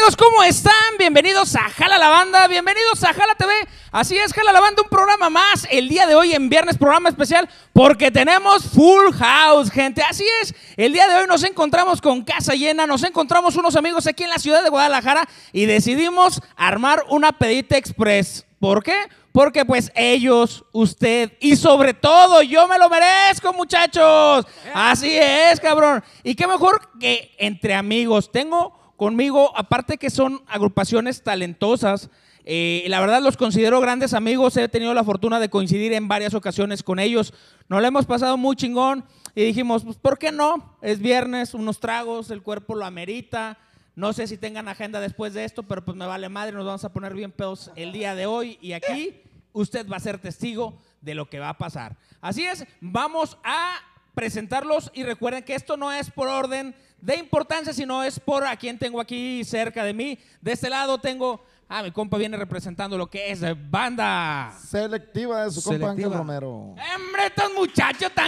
amigos, ¿cómo están? Bienvenidos a Jala la Banda, bienvenidos a Jala TV. Así es, Jala la Banda, un programa más. El día de hoy en viernes, programa especial, porque tenemos Full House, gente. Así es, el día de hoy nos encontramos con casa llena, nos encontramos unos amigos aquí en la ciudad de Guadalajara y decidimos armar una pedita express. ¿Por qué? Porque pues ellos, usted y sobre todo yo me lo merezco, muchachos. Así es, cabrón. Y qué mejor que entre amigos. Tengo conmigo, aparte que son agrupaciones talentosas, la verdad los considero grandes amigos. He tenido la fortuna de coincidir en varias ocasiones con ellos. Nos lo hemos pasado muy chingón y dijimos, pues ¿por qué no? Es viernes, unos tragos, el cuerpo lo amerita. No sé si tengan agenda después de esto, pero pues me vale madre, nos vamos a poner bien pedos el día de hoy y aquí usted va a ser testigo de lo que va a pasar. Así es, vamos a presentarlos y recuerden que esto no es por orden de importancia, sino es por a quien tengo aquí cerca de mí. De este lado tengo a mi compa, viene representando lo que es Banda Selectiva de su compa Ángel Romero. ¡Hombre, estos muchachos tan...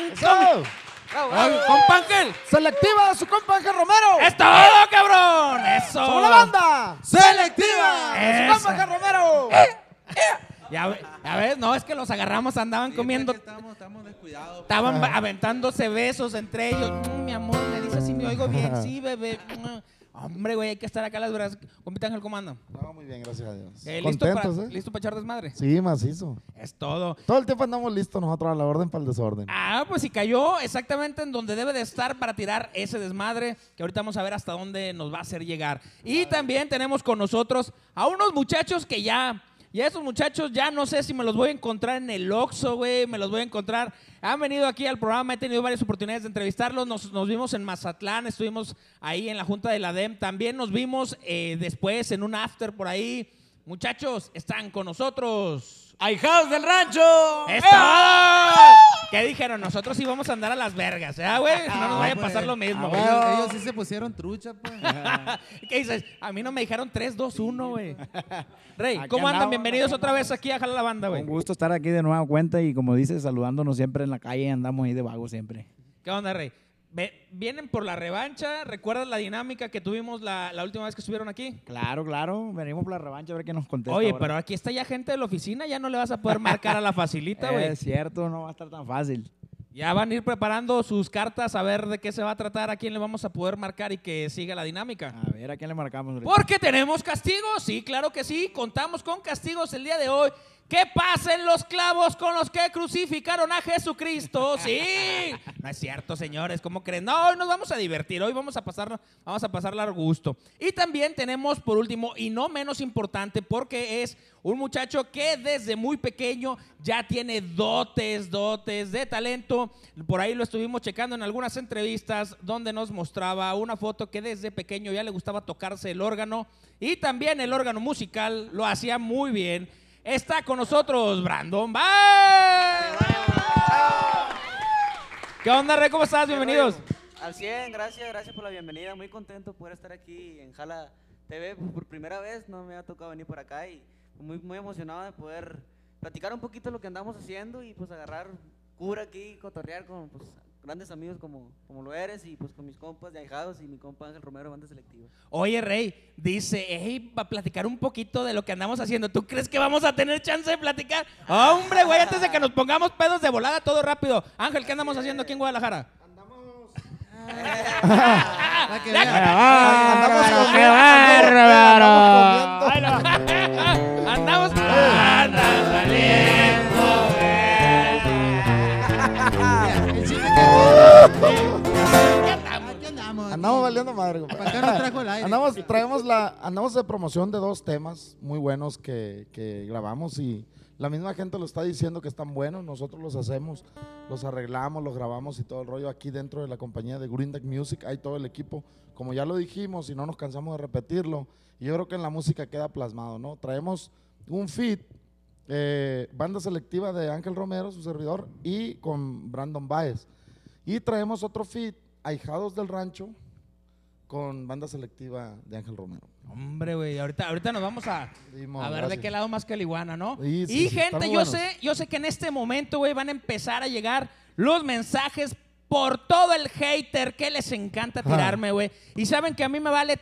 ¡Compa Ángel! Selectiva de su compa Ángel Romero. ¡Es todo, cabrón! ¡Eso! ¡Somos la banda! Selectiva de su compa Ángel Romero. Ya ves, no, es que los agarramos, andaban comiendo. Estamos descuidados. Estaban aventándose besos entre ellos. Mi amor, me dice si me oigo bien. Sí, bebé. Hombre, güey, hay que estar acá a las veras. Compita Ángel, ¿cómo anda? No, muy bien, gracias a Dios. Contentos, ¿Listo para echar desmadre? Sí, macizo. Es todo. Todo el tiempo andamos listos nosotros a la orden para el desorden. Ah, pues si cayó exactamente en donde debe de estar para tirar ese desmadre, que ahorita vamos a ver hasta dónde nos va a hacer llegar. Y también tenemos con nosotros a unos muchachos que ya esos muchachos ya no sé si me los voy a encontrar en el Oxxo, güey, me los voy a encontrar. Han venido aquí al programa, he tenido varias oportunidades de entrevistarlos. Nos vimos en Mazatlán, estuvimos ahí en la junta de la DEM. También nos vimos después en un after por ahí. Muchachos, están con nosotros. ¡Ahijados del rancho! ¡Está! ¿Qué dijeron? Nosotros íbamos a andar a las vergas, güey? No nos vaya a pasar lo mismo. Ellos sí se pusieron trucha, pues. ¿Qué dices? A mí no me dijeron 3, 2, 1, güey. Rey, ¿cómo andan? Bienvenidos otra vez aquí a Jala la Banda, güey. Un gusto estar aquí de nueva cuenta y como dices, saludándonos siempre en la calle, andamos ahí de vago siempre. ¿Qué onda, Rey? ¿Vienen por la revancha? ¿Recuerdas la dinámica que tuvimos la última vez que estuvieron aquí? Claro, venimos por la revancha a ver qué nos contesta. Oye, ahora. pero aquí está ya gente de la oficina, ya no le vas a poder marcar a la facilita, güey. Es cierto, no va a estar tan fácil. Ya van a ir preparando sus cartas a ver de qué se va a tratar, a quién le vamos a poder marcar y que siga la dinámica. A ver, ¿a quién le marcamos ahorita? Porque tenemos castigos, sí, claro que sí, contamos con castigos el día de hoy. ¡Que pasen los clavos con los que crucificaron a Jesucristo! ¡Sí! No es cierto, señores, ¿cómo creen? No, hoy nos vamos a divertir, hoy vamos a pasarla a gusto. Y también tenemos, por último, y no menos importante, porque es un muchacho que desde muy pequeño ya tiene dotes de talento. Por ahí lo estuvimos checando en algunas entrevistas donde nos mostraba una foto que desde pequeño ya le gustaba tocarse el órgano y también el órgano musical, lo hacía muy bien. Está con nosotros Brandon Baez. ¿Qué onda, Rey? ¿Cómo estás? Bienvenidos. Al 100, gracias por la bienvenida. Muy contento de poder estar aquí en Jala TV por primera vez. No me ha tocado venir por acá y muy emocionado de poder platicar un poquito de lo que andamos haciendo y pues agarrar cura aquí, cotorrear con pues, grandes amigos como lo eres y pues con mis compas de Ahijados y mi compa Ángel Romero, Banda Selectiva. Oye, Rey, dice, hey, va a platicar un poquito de lo que andamos haciendo. ¿Tú crees que vamos a tener chance de platicar? Hombre, güey, antes de que nos pongamos pedos de volada, todo rápido. Ángel, ¿qué andamos haciendo aquí en Guadalajara? Andamos Andamos valiendo madre, compa. ¿Para qué nos trajo el aire? Andamos de promoción de 2 temas muy buenos que grabamos y la misma gente lo está diciendo que están buenos. Nosotros los hacemos, los arreglamos, los grabamos y todo el rollo aquí dentro de la compañía de Green Deck Music. Hay todo el equipo, como ya lo dijimos y no nos cansamos de repetirlo. Y yo creo que en la música queda plasmado, ¿no? Traemos un feat, Banda Selectiva de Ángel Romero, su servidor, y con Brandon Baez. Y traemos otro feat, Ahijados del Rancho, con Banda Selectiva de Ángel Romero. Hombre, güey, ahorita nos vamos a ver de qué lado más que la iguana, ¿no? Sí, y sí, gente, yo sé que en este momento, güey, van a empezar a llegar los mensajes por todo el hater que les encanta tirarme, güey. Y saben que a mí me vale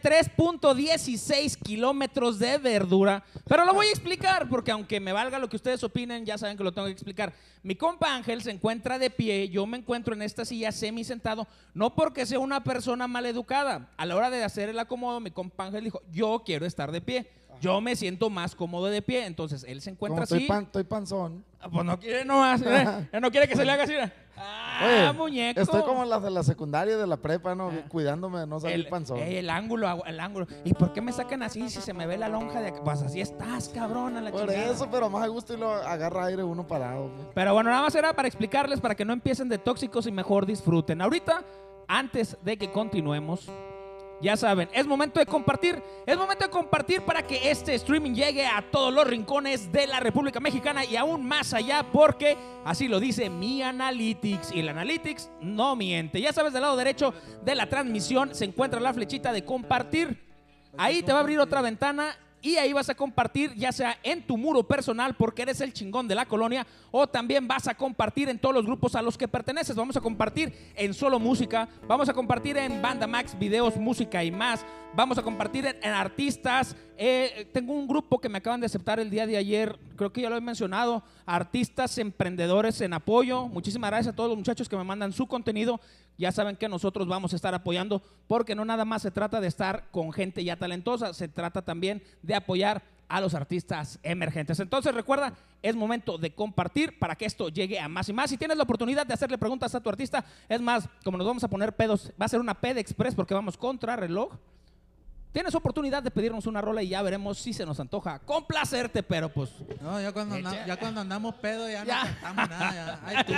3.16 kilómetros de verdura. Pero lo voy a explicar, porque aunque me valga lo que ustedes opinen, ya saben que lo tengo que explicar. Mi compa Ángel se encuentra de pie, yo me encuentro en esta silla semi sentado, no porque sea una persona maleducada. A la hora de hacer el acomodo, mi compa Ángel dijo, yo quiero estar de pie. Yo me siento más cómodo de pie, entonces él se encuentra Como así. estoy panzón. Pues no quiere nomás, no quiere que se le haga así. Oye, Muñeco. estoy como las de la secundaria y de la prepa, ¿no? Cuidándome de no salir panzón. El ángulo. ¿Y por qué me sacan así si se me ve la lonja de acá? Pues así estás, cabrón, a la Por chingada. eso, pero más a gusto y lo agarra aire uno parado. ¿No? Pero bueno, nada más era para explicarles, para que no empiecen de tóxicos y mejor disfruten. Ahorita, antes de que continuemos, ya saben, es momento de compartir. Es momento de compartir para que este streaming llegue a todos los rincones de la República Mexicana y aún más allá, porque así lo dice mi Analytics. Y el Analytics no miente. Ya sabes, del lado derecho de la transmisión se encuentra la flechita de compartir. Ahí te va a abrir otra ventana y ahí vas a compartir, ya sea en tu muro personal porque eres el chingón de la colonia, o también vas a compartir en todos los grupos a los que perteneces. Vamos a compartir en Solo Música, vamos a compartir en Banda Max, videos, música y más. Vamos a compartir en artistas. Tengo un grupo que me acaban de aceptar el día de ayer, creo que ya lo he mencionado, Artistas Emprendedores en Apoyo. Muchísimas gracias a todos los muchachos que me mandan su contenido. Ya saben que nosotros vamos a estar apoyando, porque no nada más se trata de estar con gente ya talentosa, se trata también de apoyar a los artistas emergentes. Entonces recuerda, es momento de compartir para que esto llegue a más y más. Si tienes la oportunidad de hacerle preguntas a tu artista, es más, como nos vamos a poner pedos, va a ser una peda express porque vamos contra reloj. Tienes oportunidad de pedirnos una rola y ya veremos si se nos antoja complacerte, pero pues... No, ya cuando andamos pedo ya no cantamos nada. Ya. Ay, tú,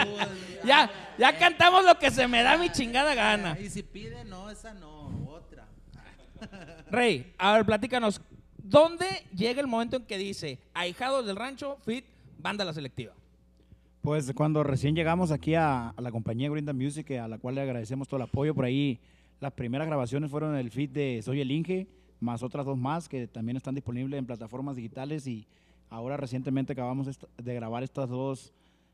ya cantamos lo que se me da mi chingada gana. Y si pide, no, esa no, otra. Rey, a ver, platícanos, ¿dónde llega el momento en que dice Ahijados del Rancho, fit, Banda La Selectiva? Pues cuando recién llegamos aquí a la compañía Grinda Music, a la cual le agradecemos todo el apoyo. Por ahí las primeras grabaciones fueron el feed de Soy el Inge, más otras dos más que también están disponibles en plataformas digitales, y ahora recientemente acabamos de grabar estos dos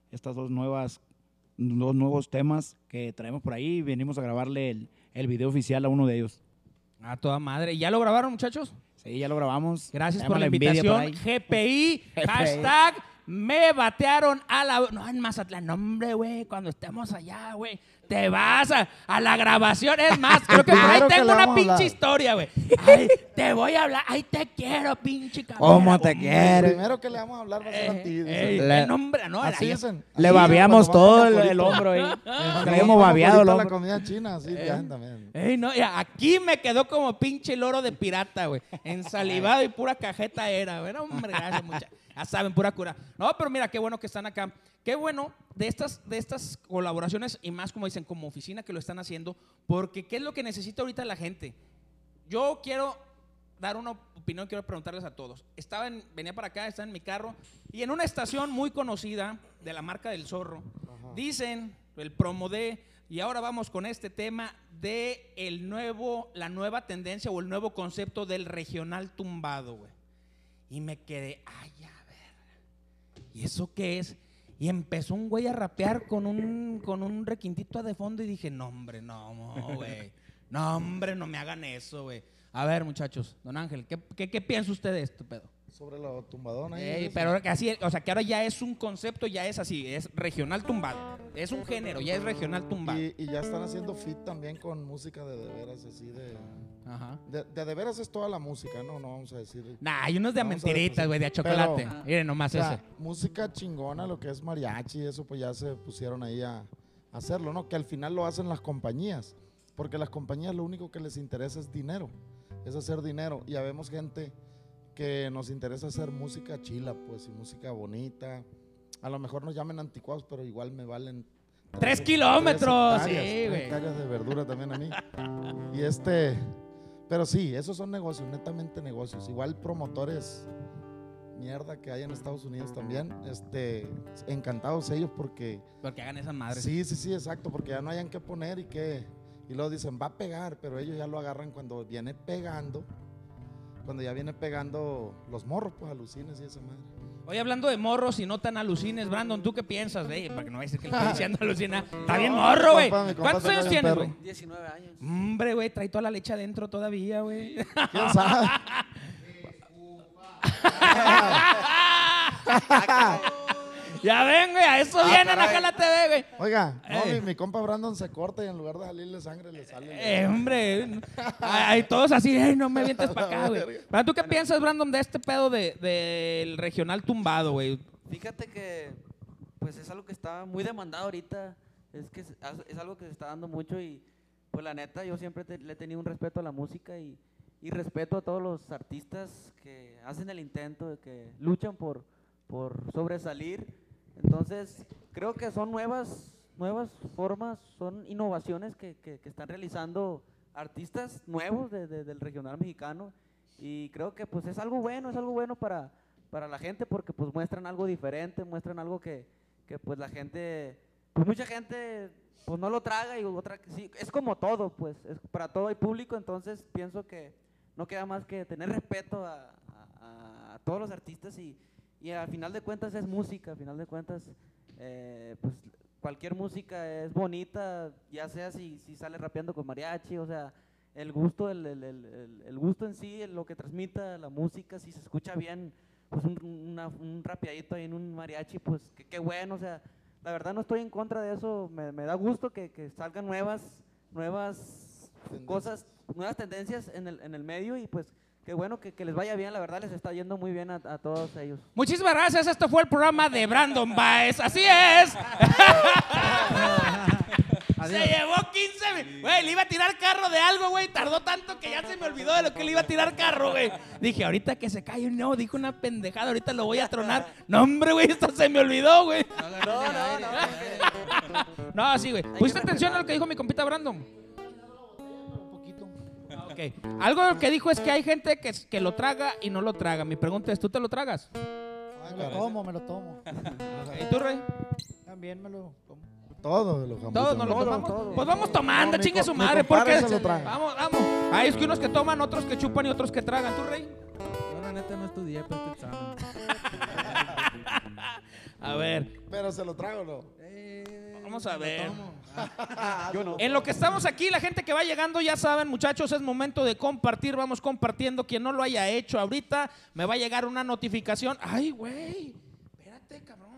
nuevos temas que traemos por ahí. Venimos a grabarle el video oficial a uno de ellos. A toda madre. ¿Ya lo grabaron, muchachos? Sí, ya lo grabamos. Gracias por la invitación. GPI, hashtag me batearon a la... No, en Mazatlán, no, hombre, güey, cuando estemos allá, güey, te vas a la grabación. Es más, creo que por ahí tengo una pinche historia, güey. Ay, te voy a hablar. Ay, te quiero, pinche cabrón. ¿Cómo te quiero? El primero que le vamos a hablar va a ser a ti. Nombre, no, Así era dicen. Le babeamos todo el hombro ahí. Le hemos babeado el la hombro. comida china, así viajan también. No, aquí me quedó como pinche loro de pirata, güey. Ensalivado y pura cajeta era, güey. No, hombre, gracias, muchachos. Ya saben, pura cura. No, pero mira, qué bueno que están acá. Qué bueno de estas colaboraciones, y más como dicen, como oficina que lo están haciendo, porque ¿qué es lo que necesita ahorita la gente? Yo quiero dar una opinión, quiero preguntarles a todos. Venía para acá, estaba en mi carro, y en una estación muy conocida de la marca del Zorro, dicen el promo de... Y ahora vamos con este tema de la nueva tendencia o el nuevo concepto del regional tumbado, güey. Y me quedé, ay, a ver, ¿y eso qué es? Y empezó un güey a rapear con un requintito de fondo y dije, no, hombre, no, güey. No, hombre, no me hagan eso, güey. A ver, muchachos, don Ángel, ¿qué piensa usted de esto, pedo? Sobre lo tumbadón ahí. Pero que así, o sea, que ahora ya es un concepto, ya es así, es regional tumbado. Es un género, ya es regional tumbado. Y ya están haciendo fit también con música de veras, así de... Ajá. De veras es toda la música, no vamos a decir... Nah, hay unos de mentiritas, güey, de a chocolate. Miren nomás, o sea, ese. Música chingona, lo que es mariachi, eso pues ya se pusieron ahí a hacerlo, ¿no? Que al final lo hacen las compañías, porque las compañías lo único que les interesa es dinero, es hacer dinero. Y ya vemos gente que nos interesa hacer música chila, pues, y música bonita. A lo mejor nos llamen anticuados, pero igual me valen 3 kilómetros, sí, güey. Hectáreas de verdura también a mí. Y pero sí, esos son negocios, netamente negocios. Igual promotores mierda que hay en Estados Unidos también, encantados ellos porque hagan esa madre. Sí, exacto, porque ya no hayan que poner y luego dicen va a pegar, pero ellos ya lo agarran cuando ya viene pegando los morros, pues alucines y esa madre. Oye, hablando de morros y no tan alucines, Brandon, ¿tú qué piensas, güey? Para que no vayas a decir que le estoy diciendo alucina. Está bien morro, güey. compa, mi compa ¿Cuántos está años bien tienes, perro. güey? 19 años. Hombre, güey, trae toda la leche adentro todavía, güey. ¿Quién sabe? Ya ven, güey, a eso vienen acá a la TV, güey. Oiga, no, mi compa Brandon se corta y en lugar de salirle sangre le sale. Hombre, hay todos así, no me vientes para acá, güey. Pero, ¿tú qué piensas, Brandon, de este pedo del regional tumbado, güey? Fíjate que pues es algo que está muy demandado ahorita. Es que es algo que se está dando mucho y pues la neta yo siempre le he tenido un respeto a la música y respeto a todos los artistas que hacen el intento, que luchan por sobresalir. Entonces creo que son nuevas formas, son innovaciones que están realizando artistas nuevos del regional mexicano y creo que pues es algo bueno para la gente porque pues muestran algo diferente, muestran algo que pues la gente, pues mucha gente pues no lo traga y otra sí, es como todo, pues es para todo hay público, entonces pienso que no queda más que tener respeto a todos los artistas y al final de cuentas es música, al final de cuentas pues cualquier música es bonita, ya sea si sale rapeando con mariachi, o sea, el gusto el gusto en sí, lo que transmita la música, si se escucha bien, pues un rapeadito ahí en un mariachi, pues qué bueno, o sea, la verdad no estoy en contra de eso, me da gusto que salgan nuevas cosas, nuevas tendencias en el medio y pues qué bueno que les vaya bien, la verdad les está yendo muy bien a todos ellos. Muchísimas gracias, esto fue el programa de Brandon Baez, así es. Se llevó 15, güey, le iba a tirar carro de algo, güey, tardó tanto que ya se me olvidó de lo que le iba a tirar carro, güey. Dije, ahorita que se cae, no, dijo una pendejada, ahorita lo voy a tronar. No, hombre, güey, esto se me olvidó, güey. No, sí, güey. ¿Pusiste atención a lo que dijo mi compita Brandon? Okay. Algo que dijo es que hay gente que lo traga y no lo traga. Mi pregunta es, ¿tú te lo tragas? Me lo tomo. ¿Y tú, Rey? También me lo tomo. Todos nos lo tomamos. todo. Pues vamos tomando, No, chingue su mi madre. compadre Porque se lo traga. Vamos. Hay es que unos que toman, otros que chupan y otros que tragan. ¿Tú, Rey? Yo la neta no estudié para este examen. A ver, Pero se lo trago, ¿no? vamos a ver. Yo no. En lo que estamos aquí, la gente que va llegando, ya saben, muchachos, es momento de compartir. Vamos compartiendo. Quien no lo haya hecho ahorita, me va a llegar una notificación. Ay, güey, espérate, cabrón.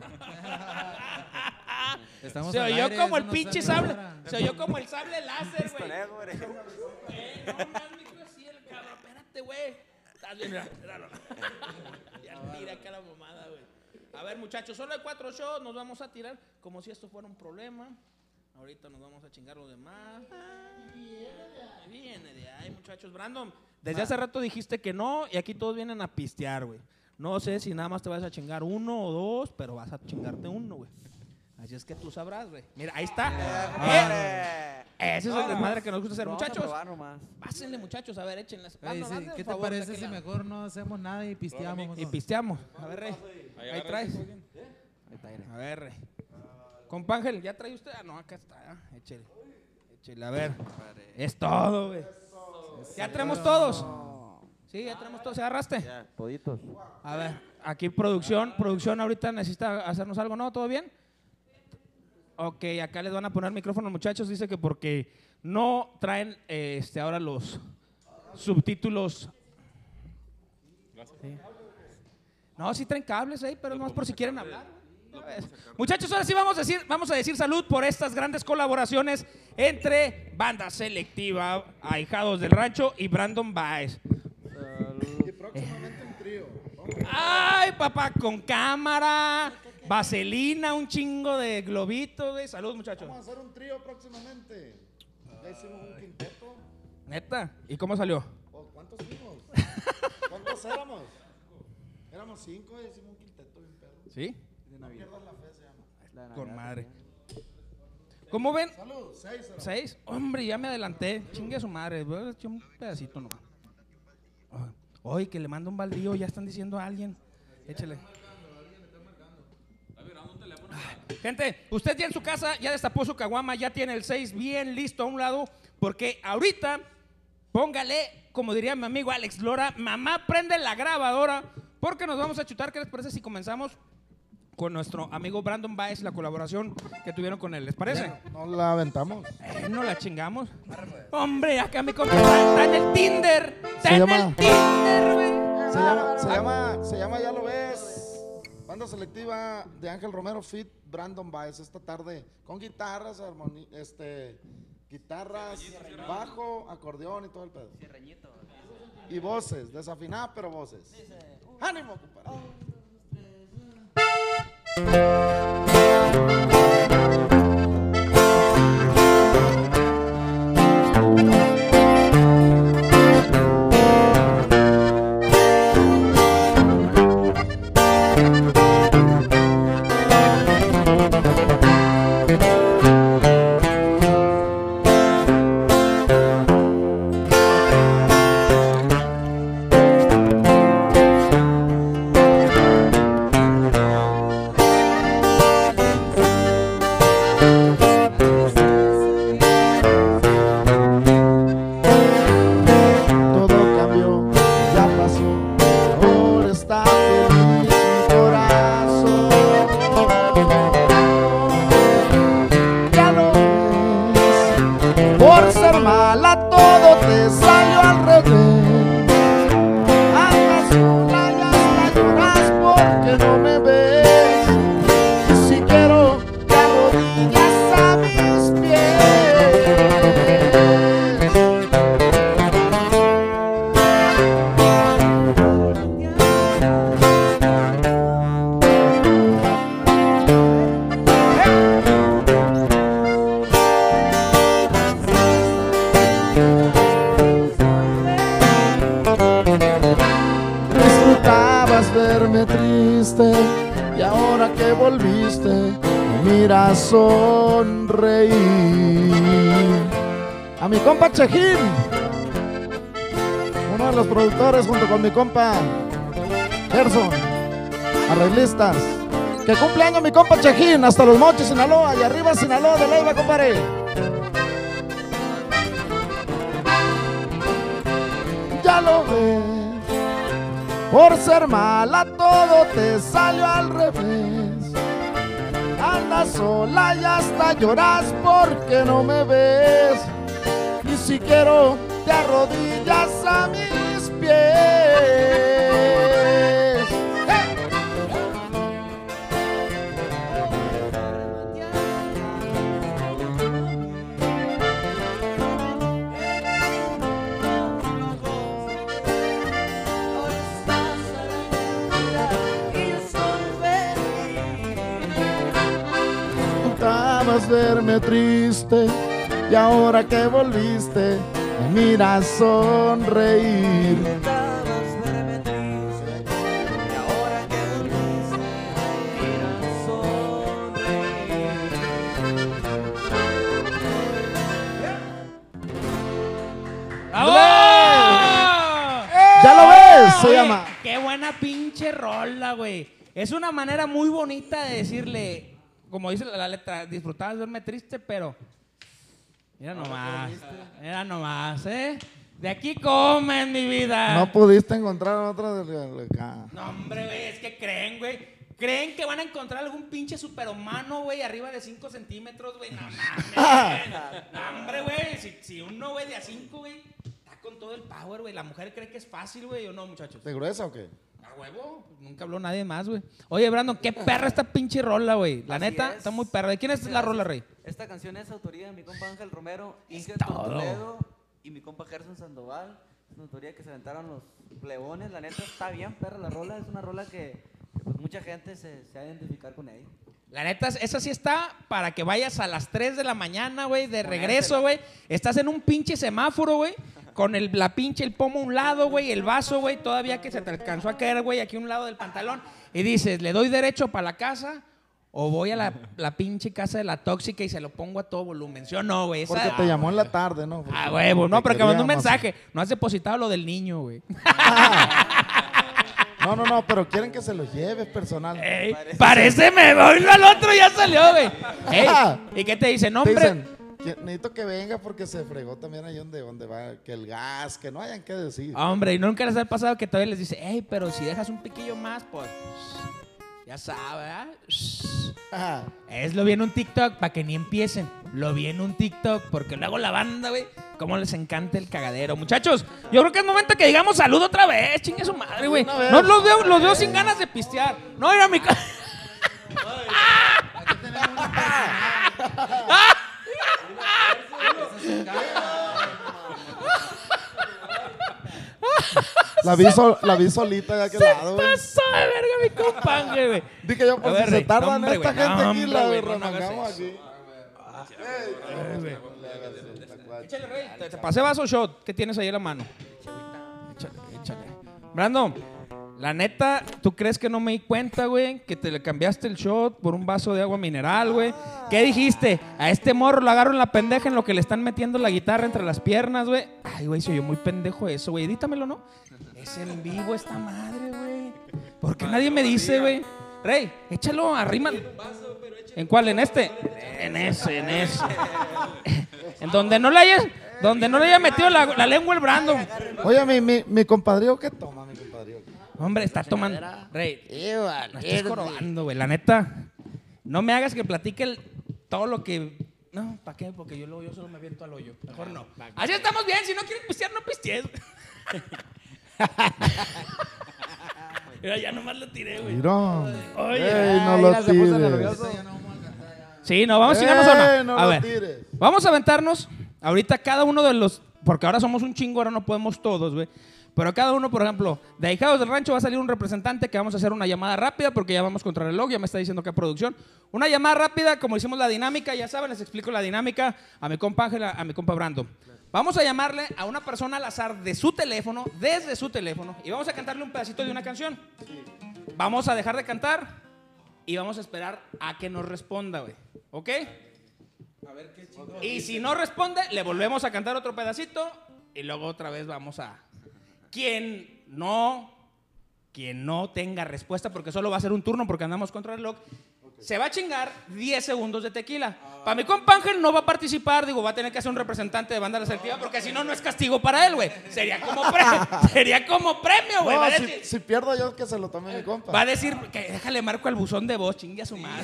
Estamos Se al oyó aire, como el eso no pinche sale sable. ahora. Se oyó como el sable láser, güey. Conejo, güey. No mames, hijo, así el cabrón. Espérate, güey. Estás bien, míralo. Ya tira acá la mamada, güey. A ver, muchachos, solo hay 4 shows. Nos vamos a tirar como si esto fuera un problema. Ahorita nos vamos a chingar los demás. Viene de ahí, muchachos. Brandon, desde hace rato dijiste que no y aquí todos vienen a pistear, güey. No sé si nada más te vas a chingar 1 o 2, pero vas a chingarte 1, güey. Así es que tú sabrás, güey. Mira, ahí está. Ese es el desmadre que nos gusta hacer, Vamos a muchachos. probar nomás. Pásenle, muchachos, a ver, échenlas. Oye, sí, ¿qué te parece si mejor no hacemos nada y pisteamos? Y pisteamos. A ver, Rey. Ahí traes. Ahí está, aire. A ver, Rey. Compa Ángel, ¿ya trae usted? Ah, no, acá está. Échele. Échele, a ver. Es todo, güey. ¿Ya traemos todos? Sí, ya traemos todos. ¿Se agarraste? Ya, toditos. A ver, aquí producción ahorita necesita hacernos algo, ¿no? ¿Todo bien? Ok, acá les van a poner micrófono, muchachos. Dice que porque no traen ahora los subtítulos. Sí. No, sí traen cables ahí, pero nomás por si quieren hablar. Muchachos, ahora sí vamos a decir salud por estas grandes colaboraciones entre Banda Selectiva, Ahijados del Rancho y Brandon Baez. Y próximamente un trío. Ay, papá, con cámara, vaselina, un chingo de globitos, güey. Salud, muchachos. Vamos a hacer un trío próximamente. Ya hicimos un quinteto. ¿Neta? ¿Y cómo salió? ¿Cuántos fuimos? ¿Cuántos éramos? Éramos 5 y hicimos un quinteto bien perro. ¿Sí? No pierdas la fe, se llama. Con madre. ¿Cómo ven? Salud, 6. 6. Hombre, ya me adelanté. Chingue a su madre. Voy a echar un pedacito nomás. Oye, que le mando un baldío. Ya están diciendo a alguien. Échale. Gente, usted ya en su casa ya destapó su caguama, ya tiene el 6 bien listo a un lado, porque ahorita póngale, como diría mi amigo Alex Lora, mamá prende la grabadora, porque nos vamos a chutar. ¿Qué les parece si comenzamos con nuestro amigo Brandon Baez, la colaboración que tuvieron con él? ¿Les parece? No la aventamos. No la chingamos. Hombre, acá mi compa está en el Tinder. Está en llama- el Tinder, güey. Se llama Ya lo ves. Banda selectiva de Ángel Romero Fit Brandon Baez esta tarde con guitarras, guitarras, bajo, acordeón y todo el pedo. Y voces, desafinadas pero voces. ¡Ánimo, compadre! Y ahora que volviste, me miras sonreír. A mi compa Chejín, uno de los productores junto con mi compa Gerson, arreglistas. Que cumpleaños mi compa Chejín, hasta Los Mochis, Sinaloa, y arriba Sinaloa de Leiva, compadre. Ya lo ves. Por ser mala todo te salió al revés. Andas sola y hasta lloras porque no me ves. Y si quiero te arrodillas a mis pies. Verme triste y ahora que volviste me miras sonreír. Ya lo ves, se llama. Qué buena pinche rola, güey. Es una manera muy bonita de decirle, como dice la letra, disfrutabas verme triste, pero mira nomás, de aquí comen mi vida. No pudiste encontrar otra de acá. No, hombre, güey, es que creen que van a encontrar algún pinche superhumano, güey, arriba de 5 centímetros, güey. No mames. No, hombre, güey, si uno, güey, de a 5, güey, está con todo el power, güey. La mujer cree que es fácil, güey, ¿o no, muchachos? ¿De gruesa o qué? A huevo, nunca habló nadie más, güey. Oye, Brandon, qué perra esta pinche rola, güey. La neta, está muy perra. ¿De quién es la rola, Rey? Esta canción es autoría de mi compa Ángel Romero, Inge todo. Toledo y mi compa Gerson Sandoval. Es una autoría que se aventaron los plebones. La neta, está bien perra la rola. Es una rola que pues, mucha gente se va a identificar con ella. La neta, esa sí está para que vayas a las 3 de la mañana, güey, de regreso, güey. Estás en un pinche semáforo, güey. Con el pomo a un lado, güey, el vaso, güey, todavía que se te alcanzó a caer, güey, aquí a un lado del pantalón. Y dices, ¿le doy derecho para la casa o voy a la pinche casa de la tóxica y se lo pongo a todo volumen? ¿Sí o no, güey? Porque te llamó en la tarde, ¿no? Ah, güey, no, pero que mandó un mensaje. No has depositado lo del niño, güey. No, pero quieren que se lo lleves personal. Ey, parece me voy al otro, ya salió, güey. Ey, ¿y qué te dicen? No, hombre, Necesito que venga porque se fregó también ahí donde va, que el gas, que no hayan que decir. Hombre, y nunca les ha pasado que todavía les dice, hey, pero si dejas un piquillo más, pues, ya sabes, ¿verdad? Es lo vi en un TikTok para que ni empiecen. Lo vi en un TikTok porque luego la banda, güey, cómo les encanta el cagadero. Muchachos, yo creo que es momento que digamos salud otra vez. Chingue su madre, güey. No los veo sin ganas de pistear. No, era mi casa. Aquí tenemos una La vi solita de aquel lado, güey. Pasó de verga mi compadre, güey. Dije yo, pues A ver, si se Rey, tardan hombre, esta güey, gente no, aquí, hombre, la güey, no remangamos hagas aquí. Échale, Rey. Te pasé vaso shot. ¿Qué tienes ahí en la mano? Échale. Brandon, la neta, ¿tú crees que no me di cuenta, güey? Que te le cambiaste el shot por un vaso de agua mineral, güey. ¿Qué dijiste? A este morro lo agarro en la pendeja en lo que le están metiendo la guitarra entre las piernas, güey. Ay, güey, soy yo muy pendejo eso, güey. Edítamelo, ¿no? Es en vivo esta madre, güey. ¿Por qué nadie me dice, güey? Rey, échalo, arrímalo. ¿En cuál? ¿En este? En ese. En donde no le haya metido la lengua el Brandon. Oye, mi compadrío, ¿qué toma, mi compadrío? Hombre, está tomando. Rey, no estás jorobando, güey. La neta, no me hagas que platique todo lo que. No, ¿para qué? Porque yo solo me aviento al hoyo. Mejor no. Así estamos bien. Si no quieres pistear, no pistees. Mira, ya nomás lo tiré, güey. Mirón. Oye. Ey, no lo tires. Sí, no, vamos a chingarnos o no. No A lo ver, tires. vamos a aventarnos ahorita cada uno de los. Porque ahora somos un chingo, ahora no podemos todos, güey. Pero cada uno, por ejemplo, de Ahijados del Rancho va a salir un representante que vamos a hacer una llamada rápida porque ya vamos contra el reloj, ya me está diciendo que producción. Una llamada rápida, como hicimos la dinámica, ya saben, les explico la dinámica a mi compa Ángela, a mi compa Brando. Vamos a llamarle a una persona al azar de su teléfono, desde su teléfono, y vamos a cantarle un pedacito de una canción. Vamos a dejar de cantar y vamos a esperar a que nos responda, güey. ¿Ok? A ver qué chingón. Y si no responde, le volvemos a cantar otro pedacito y luego otra vez vamos a... Quien no tenga respuesta, porque solo va a ser un turno porque andamos contra el reloj, se va a chingar 10 segundos de tequila. Para mi compa Ángel no va a participar, digo, va a tener que ser un representante de banda receptiva porque si no, no es castigo para él, güey. Sería como premio, güey. No, Va a decir, si pierdo yo, que se lo tome mi compa. va a decir que déjale marco al buzón de voz, chingue a su madre.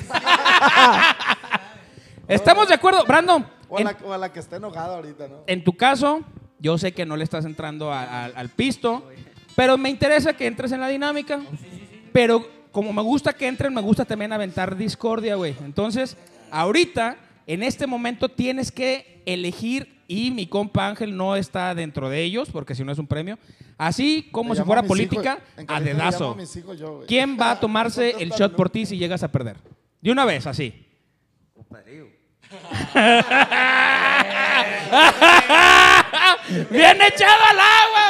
¿Estamos de acuerdo, Brandon? O a la que esté enojada ahorita, ¿no? En tu caso, yo sé que no le estás entrando al pisto, pero me interesa que entres en la dinámica. Pero como me gusta que entren, me gusta también aventar discordia, güey. Entonces, ahorita, en este momento, tienes que elegir, y mi compa Ángel no está dentro de ellos, porque si no es un premio. Así como Le si llamo fuera mis política, hijos, en a cariño le llamo dedazo. a mis hijos yo, güey. ¿Quién va a tomarse el shot por ti si llegas a perder? De una vez, así. Compadrío. ¡Bien echado al agua,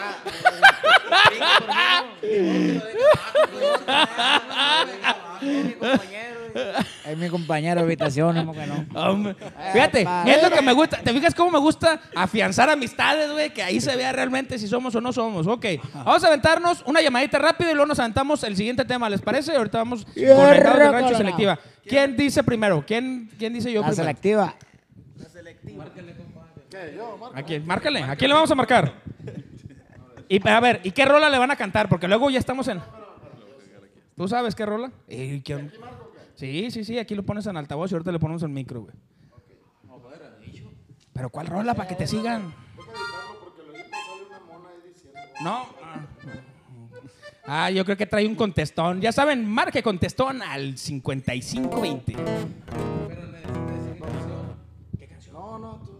Es mi compañero de habitación, ¿cómo que no? güey! Fíjate, es lo que me gusta. ¿Te fijas cómo me gusta afianzar amistades, güey? Que ahí se vea realmente si somos o no somos. Ok, vamos a aventarnos una llamadita rápido y luego nos aventamos el siguiente tema, ¿les parece? Ahorita vamos con Ahijados del Rancho Selectiva. ¿Quién dice primero? ¿Quién dice yo La primero? selectiva. ¿A quién? Márcale. ¿A quién le vamos a marcar? Y a ver, ¿y qué rola le van a cantar? Porque luego ya estamos en... ¿Tú sabes qué rola? Sí, aquí lo pones en altavoz y ahorita le ponemos el micro, güey. ¿Pero cuál rola para que te sigan? No. Yo creo que trae un contestón. Ya saben, marque contestón al 5520. No, tú.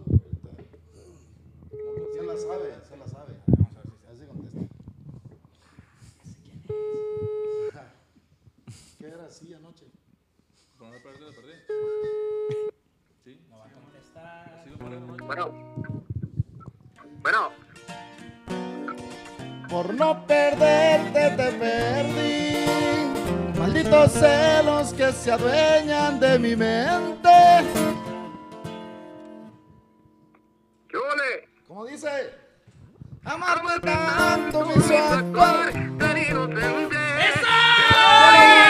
Se la sabe. Así contesta. ¿Qué era así anoche? Bueno, Por no perderte te perdí. Malditos celos que se adueñan de mi mente. ¿qué ole? ¿Cómo dice? Amarte tanto me hizo actuar. Tan inocente.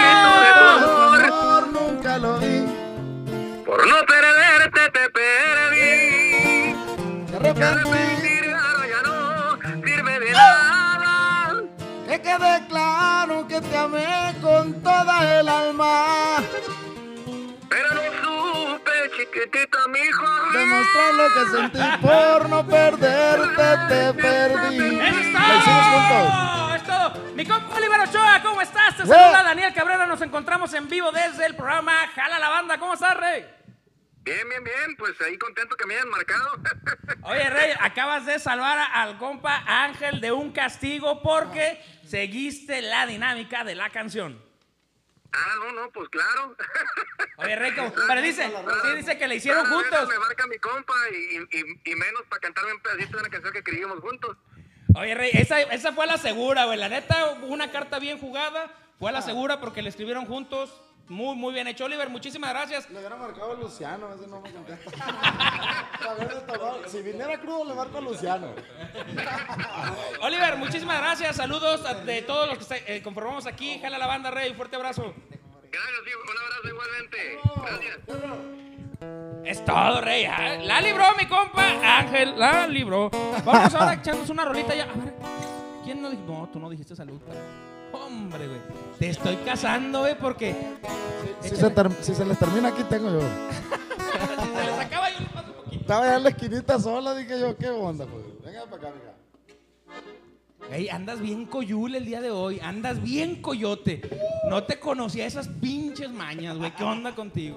Amor nunca lo vi. Por no perderte te perdí. arrepentir. Ahora ya no sirve de nada. Que quede claro que te amé con toda el alma. Pero no supe, chiquitita, mijo. Demostrar lo que sentí por no perderte, te perdí. ¡Eso es ¿La hicimos juntos? todo! ¡Es todo! Mi compa Oliver Ochoa, ¿cómo estás? Te ¡Yeah! saluda Daniel Cabrera. Nos encontramos en vivo desde el programa Jala la Banda. ¿Cómo estás, Rey? Bien, pues ahí contento que me hayan marcado. Oye, Rey, acabas de salvar al compa Ángel de un castigo porque seguiste la dinámica de la canción. No, pues claro. Oye, Rey, pero dice que le hicieron Cada vez juntos. Me marca mi compa y menos para cantarme un pedacito de una canción que escribimos juntos. Oye, Rey, esa fue la segura, güey. La neta, una carta bien jugada. Fue la segura porque le escribieron juntos. Muy, muy bien hecho, Oliver. Muchísimas gracias. Le hubiera marcado a Luciano, ese no me contesta. Si viniera crudo, le marco a Luciano. Oliver, muchísimas gracias. Saludos de todos los que conformamos aquí. Jala la Banda, Rey. Fuerte abrazo. Gracias, tío. Un abrazo igualmente. Gracias. Es todo, Rey. La libró mi compa Ángel. La libró. Vamos ahora echándonos una rolita ya. A ver, ¿quién no dijo? No, tú no dijiste salud. Hombre, güey. Te estoy casando, güey, porque Si se les termina aquí, tengo yo. si se les acaba yo le paso un poquito. Estaba ya en la esquinita sola, dije yo, ¿qué onda, pues? Venga para acá, mija. Güey, andas bien coyul el día de hoy. Andas bien coyote. No te conocía esas pinches mañas, güey. ¿Qué onda contigo?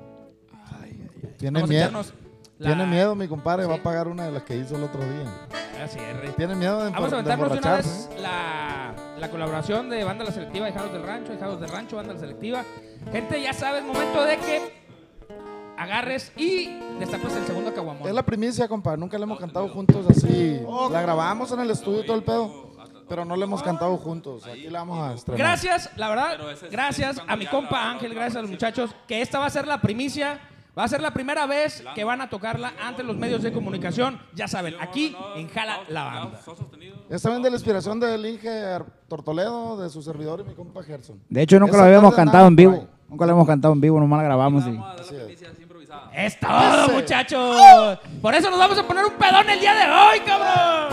Tiene Vamos a miedo. echarnos Tiene miedo, mi compadre. Va a pagar una de las que hizo el otro día. Así es, Rey. Tiene miedo de Vamos a aventarnos de una vez emborracharse. la colaboración de Banda La Selectiva, Hijados del Rancho, Banda La Selectiva. Gente, ya sabes, momento de que agarres y destapes el segundo caguamón. Es la primicia, compadre. Nunca le hemos cantado juntos así. La grabamos en el estudio y todo el pedo, pero no le hemos cantado juntos. Aquí la vamos a estrenar. Gracias, la verdad, gracias a mi compa Ángel, gracias a los muchachos, que esta va a ser la primicia. Va a ser la primera vez que van a tocarla ante los medios de comunicación. Ya saben, aquí en Jala la Banda. Esta vez de la inspiración del Inge Tortoledo, de su servidor y mi compa Gerson. De hecho, nunca Esa lo habíamos tarde cantado en andaba vivo. por ahí. Nunca lo hemos cantado en vivo, nomás la grabamos. Y... Así es. Es todo, Ese. muchachos. Por eso nos vamos a poner un pedón el día de hoy, cabrón.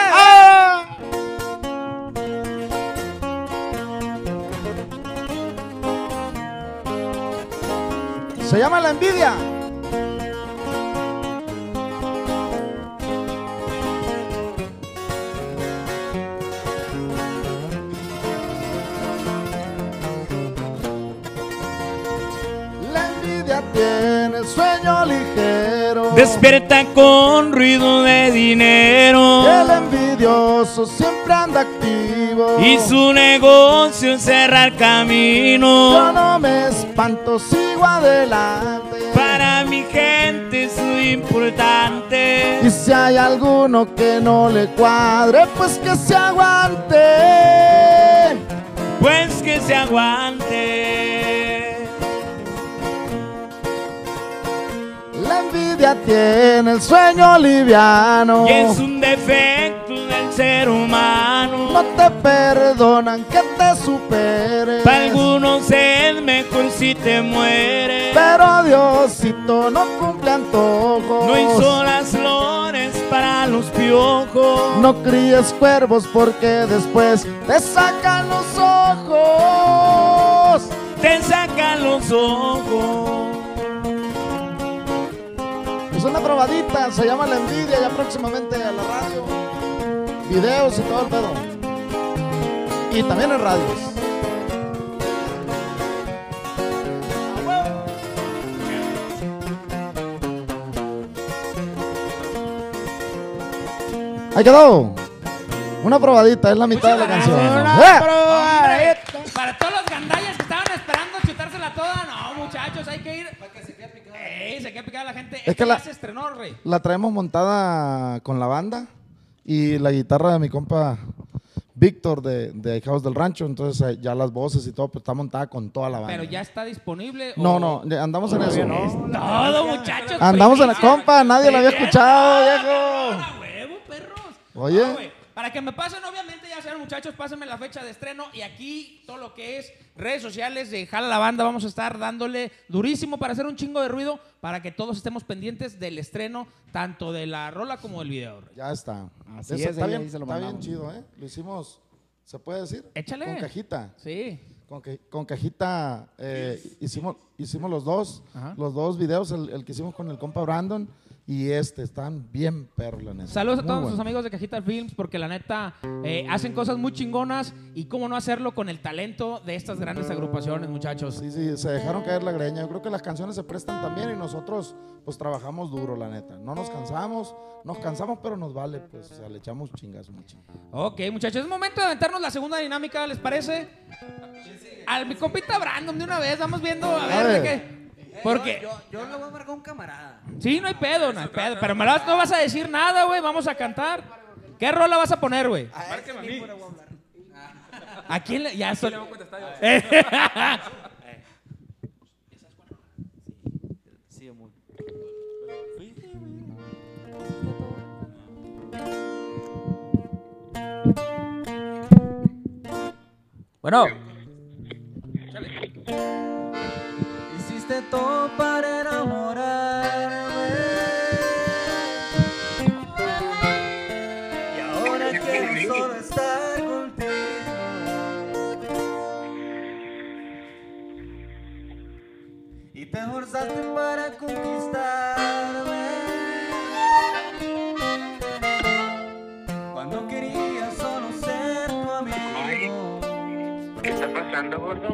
Se llama La Envidia. La envidia tiene el sueño ligero. Despierta con ruido de dinero El envidioso siempre anda activo. y su negocio es cerrar Yo camino. no me espanto, sigo adelante. Para mi gente soy importante. Y si hay alguno que no le cuadre, pues que se aguante. Pues que se aguante. La envidia tiene el sueño liviano. Y es un defecto del ser humano. No te perdonan que te superes. Para algunos es mejor si te mueres. Pero Diosito no cumple antojos. No hizo las flores para los piojos. No críes cuervos porque después te sacan los ojos. Te sacan los ojos. Es una probadita, se llama La Envidia, ya próximamente a la radio. Videos y todo el pedo. Y también en radios. Ahí quedó. Una probadita, es la mitad de la canción. Hombre, para todos los gandallas que estaban esperando chutársela toda, no, muchachos, hay que ir. Para que se quede picada. Se quede picada la gente. Es que ya la- se estrenó, Rey. La traemos montada con la banda y la guitarra de mi compa Víctor de Hijados del Rancho. Entonces ya las voces y todo, pues está montada con toda la banda. Pero ya está disponible. No, andamos en eso. Todo, muchachos. Andamos en la primicia. compa, nadie la había escuchado, viejo. ¡A huevo, perros! Oye. No, güey. Para que me pasen, obviamente, ya saben, muchachos, pásenme la fecha de estreno y aquí todo lo que es redes sociales de Jala la Banda vamos a estar dándole durísimo para hacer un chingo de ruido para que todos estemos pendientes del estreno tanto de la rola como del video. Ya está. Así Eso es, está ahí bien, se lo está bien mandamos. chido, ¿eh? Lo hicimos, ¿se puede decir? Échale. Con cajita. Sí. Con cajita hicimos los dos videos, el que hicimos con el compa Brandon y están bien perros, la neta. Saludos a Muy todos buenos. sus amigos de Cajita Films porque la neta hacen cosas muy chingonas y cómo no hacerlo con el talento de estas grandes agrupaciones, muchachos. Sí, se dejaron caer la greña. Yo creo que las canciones se prestan también y nosotros pues trabajamos duro, la neta. No nos cansamos pero nos vale, pues, o sea, le echamos chingazo mucho. Ok, muchachos, es momento de aventarnos la segunda dinámica, ¿les parece? Al mi compita Brandon de una vez, vamos viendo a ver de qué. Porque Yo le voy a marcar a un camarada. sí, no hay pedo, pero no vas a decir nada, güey, vamos a cantar. ¿Qué rola vas a poner, güey? Márqueme a mí. ¿A quién le...? Ya estoy... Sí, amor. Bueno. Hiciste todo para enamorarme y ahora quiero solo estar contigo. Y te esforzaste para conquistarme cuando quería solo ser tu amigo. ¿Qué está pasando, gordo?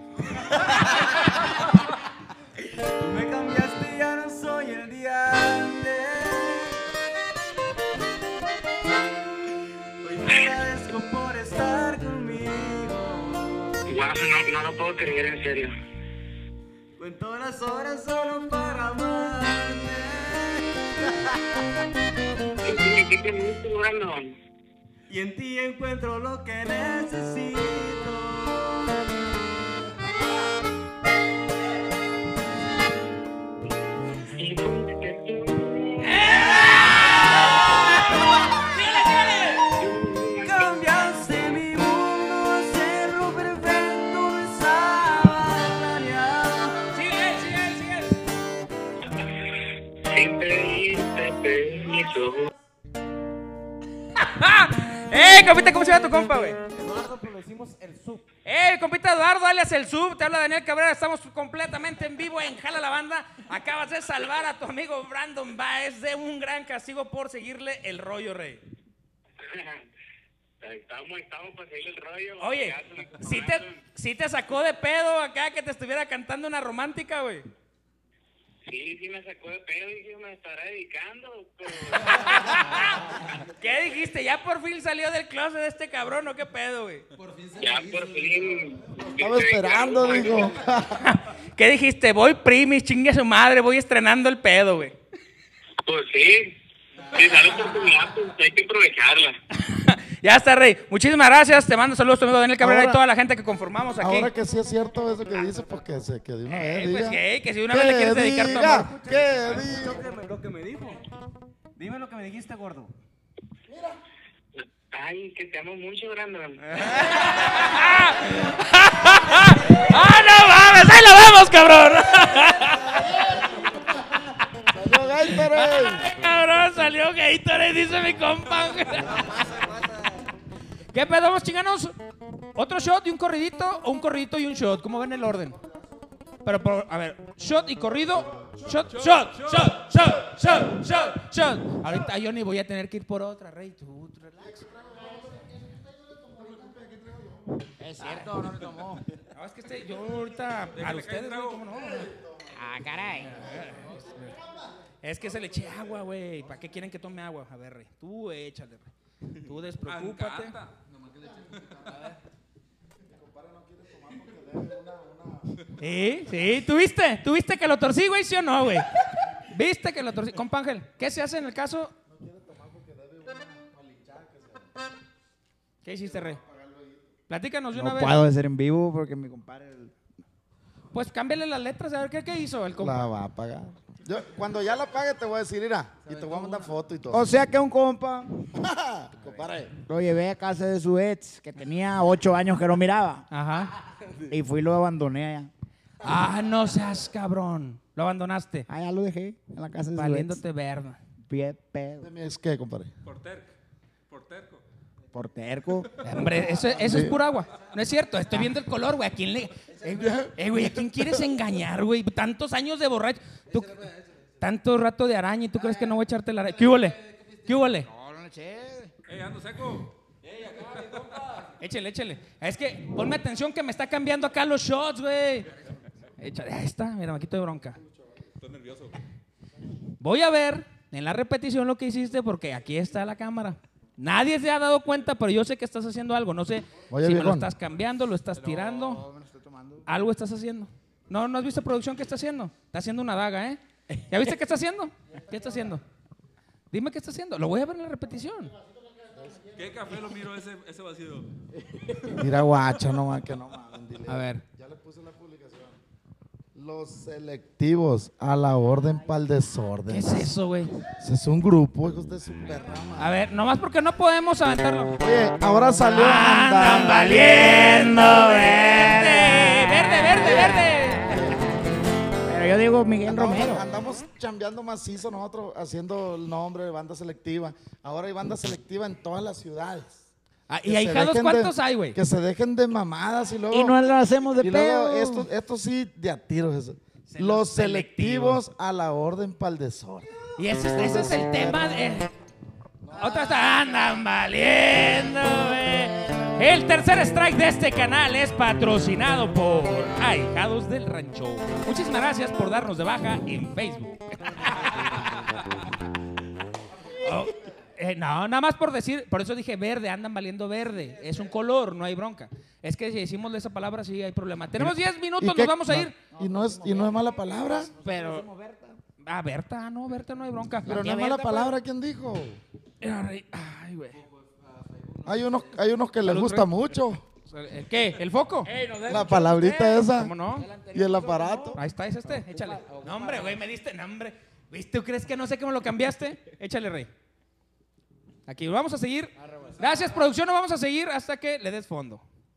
Tú me cambiaste y ya no soy el diante. Hoy te agradezco por estar conmigo. Wow, no lo puedo creer, en serio. Cuento las horas solo para amarte. ¿Qué te gusta, Brandon? Y en ti encuentro lo que necesito. ¿Y dónde te tú? Cambiaste mi mundo a hacerlo perfecto, no estaba planeado. Sigue. Sin pedirte permiso. Compita, ¿cómo se llama tu compa, güey? Eduardo, pero le decimos el sub. Compita Eduardo, alias el Sub, te habla Daniel Cabrera, estamos completamente en vivo en Jala la Banda. Acabas de salvar a tu amigo Brandon Baez de un gran castigo por seguirle el rollo, rey. Estamos para seguir el rollo. Oye, ¿sí te sacó de pedo acá que te estuviera cantando una romántica, güey? Sí, me sacó de pedo y dije, me estará dedicando. ¿Qué dijiste? ¿Ya por fin salió del closet de este cabrón o qué pedo, güey? Ya por fin. Estaba esperando, digo. ¿Qué dijiste? Voy primis, chingue a su madre, voy estrenando el pedo, güey. Pues sí. Si sale oportunidad, pues hay que aprovecharla. Ya está, rey. Muchísimas gracias. Te mando saludos a tu amigo Daniel Cabrera Ahora- y toda la gente que conformamos aquí. Ahora que sí es cierto eso que dice, pues que de una vez Pues diga. que si de una vez le quieres dedicar tu amor. Que diga. Lo que me dijo. Dime lo que me dijiste, gordo. Ay, que te amo mucho, Brandon. ¡Ah, no mames! ¡Ahí lo vemos, cabrón! ¡Salió Gatorade! ¡Ay, cabrón! Salió Gatorade, dice mi compa. ¿Qué pedo, vamos, chinganos? ¿Otro shot y un corridito o un corridito y un shot? ¿Cómo ven el orden? Pero, a ver, shot y corrido. Shot. Ahorita yo ni voy a tener que ir por otra, rey. Tú relax. Es cierto, no lo tomó. No, es que yo ahorita a ustedes, güey, ¿cómo no? Ah, caray. Es que se le eché agua, güey. ¿Para qué quieren que tome agua? A ver, rey. Tú échale, rey. Tú despreocúpate. Sí, ¿tuviste que lo torcí, güey? ¿Sí o no, güey? ¿Viste que lo torcí? Compa Ángel, ¿qué se hace en el caso? ¿Qué hiciste, rey? Platícanos de una No vez. puedo hacer en vivo porque mi compadre... Pues cámbiale las letras, a ver qué hizo el compa. La va a pagar. Cuando ya la pague te voy a decir, mira, y te voy a mandar foto y todo. O sea que un compa... Compadre Lo llevé a casa de su ex, que tenía 8 años que no miraba. Ajá. Y fui y lo abandoné allá. Ah, no seas cabrón. Lo abandonaste. Allá lo dejé, en la casa de su Valiéndote ex. verga. Pie pedo. ¿Es qué, compadre? Por terco. Hombre, eso es pura agua. No es cierto, estoy viendo el color, güey. ¿A quién le...? Güey, ¿a quién quieres engañar, güey? Tantos años de borracho. Tanto rato de araña y tú crees que no voy a echarte la araña. ¿Qué húbole? ¿Qué húbole? No, no le eché. ando seco. Échale. Es que ponme atención que me está cambiando acá los shots, güey. Échale, ahí está, mira, me quito de bronca. Estoy nervioso. Voy a ver en la repetición lo que hiciste porque aquí está la cámara. Nadie se ha dado cuenta, pero yo sé que estás haciendo algo. No sé Oye, si me lo viejón. estás cambiando, lo estás tirando. No, me lo estoy tomando. Algo estás haciendo. ¿No has visto producción qué está haciendo? Está haciendo una daga, ¿eh? ¿Ya viste qué está haciendo? ¿Qué está haciendo? Dime qué está haciendo. Lo voy a ver en la repetición. ¿Qué café lo miro ese vacío? Mira, guacha, nomás que no mames. dile. A ver. Ya le puse la publicación. Los selectivos a la orden pa'l desorden. ¿Qué es eso, güey? Ese es un grupo, hijos de su perra madre. A ver, nomás porque no podemos aventarlo. Oye, ahora salió. Andan valiendo verde. Pero yo digo Miguel Romero. Andamos chambeando macizo nosotros, haciendo el nombre de banda selectiva. Ahora hay banda selectiva en todas las ciudades. Ah, Que ¿y se ahijados dejen cuántos de- hay, güey? Que se dejen de mamadas y luego. Y no lo hacemos de y luego pedo. esto sí de a tiros. Eso. Los selectivos a la orden pa'l desorden. Y ese es el tema de... Otra está, andan valiendo, güey. El tercer strike de este canal es patrocinado por Ahijados del Rancho. Muchísimas gracias por darnos de baja en Facebook. No, nada más por decir, por eso dije verde, andan valiendo verde. Es un color, no hay bronca. Es que si decimos esa palabra sí hay problema. Tenemos 10 minutos, ¿Y qué? nos vamos a ir. Y no es mala palabra. Pero... Berta no hay bronca. Pero no es mala palabra, ¿quién dijo? Ay, güey. Hay unos que les Salud, gusta Rey. mucho. ¿Qué? ¿El foco? La palabrita esa. ¿Cómo no? Y el aparato. Ahí está, es este, échale. No, hombre, güey, me diste nombre. ¿Viste? ¿Tú crees que no sé cómo lo cambiaste? Échale, Rey. Aquí vamos a seguir. Gracias, producción, nos vamos a seguir hasta que le des fondo.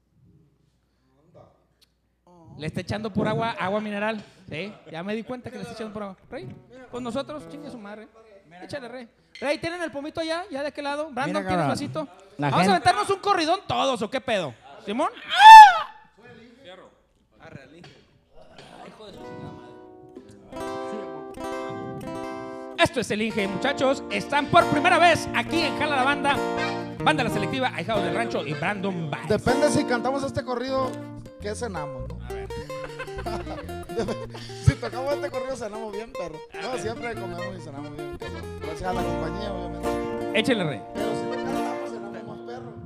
Le está echando por agua mineral. Sí, ya me di cuenta que le está echando por agua. Rey, pues nosotros, chingue su madre. Échale, Rey. Rey, ¿tienen el pomito allá? ¿Ya de aquel lado? Brandon, Mira, ¿tienes cabrón. vasito? La Vamos a gente- aventarnos un corridón todos, ¿o qué pedo? ¿Simón? Esto es el Inge, muchachos. Están por primera vez aquí en Jala la Banda. Banda La Selectiva, Ahijados del Rancho y Brandon Baez. Depende si cantamos este corrido, ¿qué cenamos, no? Si tocamos este corrido, cenamos bien, perro. No, siempre comemos y cenamos bien, perro. Gracias a la compañía, obviamente. Échale, Rey. Pero si no cantamos, cenamos más, perro.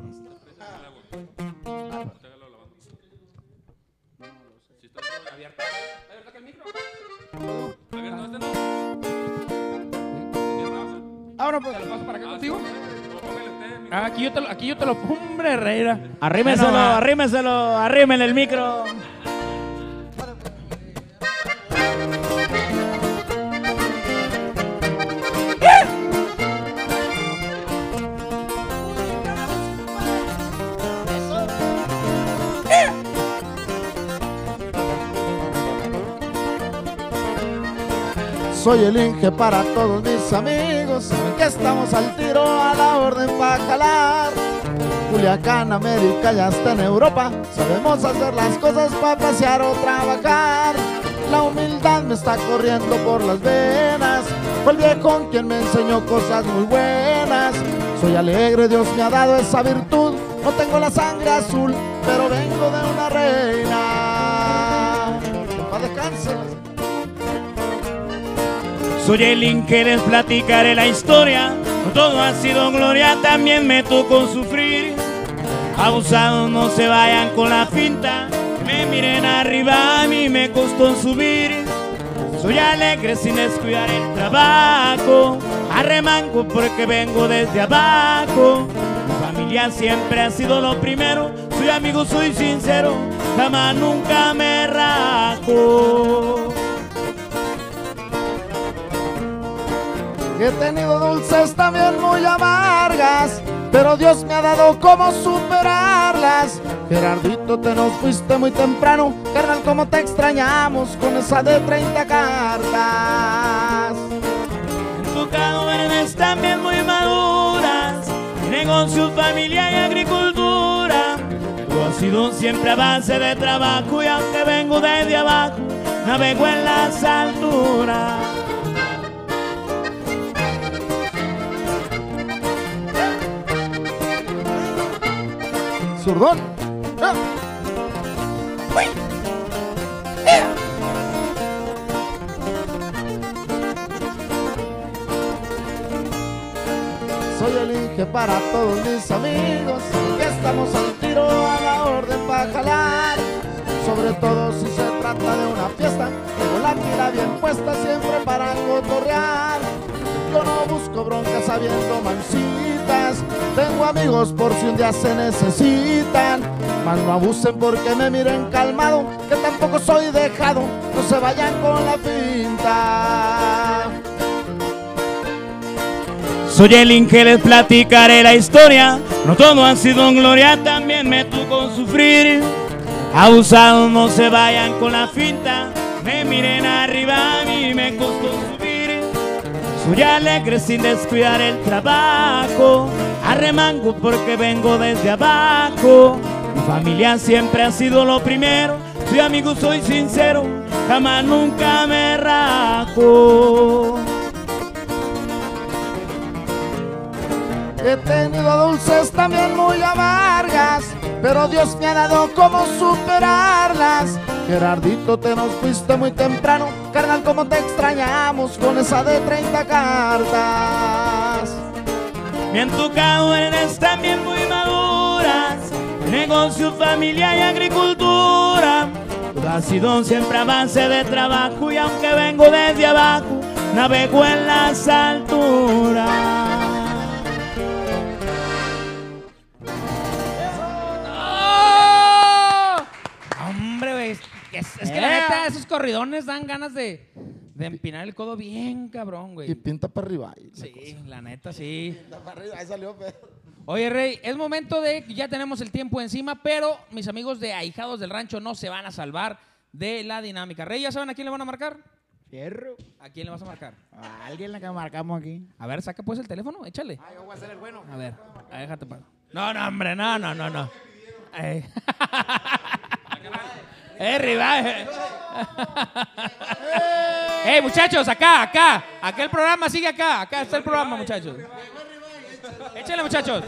Ahora pues. ¿Te lo paso para acá contigo? Aquí yo te lo... Hombre, Herrera. Arrímenselo, Eso va. arrímenselo, arrímenle el micro. Soy el Inge para todos mis amigos, saben que estamos al tiro a la orden para jalar. Culiacán, América, ya está en Europa, sabemos hacer las cosas para pasear o trabajar. La humildad me está corriendo por las venas, fue el viejo quien me enseñó cosas muy buenas. Soy alegre, Dios me ha dado esa virtud, no tengo la sangre azul, pero vengo de una reina. Para descansar. Soy el Inge, les platicaré la historia. No todo ha sido gloria, también me tocó sufrir. Abusados no se vayan con la finta, me miren arriba, a mí me costó subir. Soy alegre sin descuidar el trabajo, arremango porque vengo desde abajo. Mi familia siempre ha sido lo primero, soy amigo, soy sincero, jamás nunca me rajo. He tenido dulces también muy amargas, pero Dios me ha dado cómo superarlas. Gerardito, te nos fuiste muy temprano, carnal, cómo te extrañamos con esa de 30 cartas. En tu jóvenes también muy maduras, negocio, familia y agricultura. Tú has sido siempre a base de trabajo y aunque vengo desde abajo, navego en las alturas. Zurdón. Soy el Inge para todos mis amigos, que estamos al tiro a la orden para jalar. Sobre todo si se trata de una fiesta, con la pila bien puesta siempre para cotorrear. Yo no busco broncas sabiendo mancitas, tengo amigos por si un día se necesitan. Mas no abusen porque me miren calmado, que tampoco soy dejado, no se vayan con la finta. Soy el Inge, les platicaré la historia. No todo ha sido gloria, también me tocó sufrir. Abusados no se vayan con la finta, me miren arriba, a mí me costó subir. Soy alegre sin descuidar el trabajo, arremango porque vengo desde abajo. Mi familia siempre ha sido lo primero, soy amigo, soy sincero, jamás nunca me rajo. He tenido dulces también muy amargas, pero Dios me ha dado cómo superarlas. Gerardito, te nos fuiste muy temprano, carnal, cómo te extrañamos con esa de 30 cartas. Me han tocado herencias también muy maduras, negocio, familia y agricultura. Todo ha sido siempre a base de trabajo y aunque vengo desde abajo, navego en las alturas. Es que la neta, esos corridones dan ganas de empinar el codo bien cabrón, güey. Y pinta para arriba. Sí, la neta, sí. Pinta para arriba, ahí salió Pedro. Oye, Rey, es momento de, ya tenemos el tiempo encima, pero mis amigos de Ahijados del Rancho no se van a salvar de la dinámica. Rey, ¿ya saben a quién le van a marcar? Fierro. ¿A quién le vas a marcar? A alguien la que marcamos aquí. A ver, saca pues el teléfono, échale. Yo voy a ser el bueno. A ver, déjate para. No, hombre, no. Rival. Muchachos, acá el programa sigue acá está el programa, muchachos. Échale, muchachos.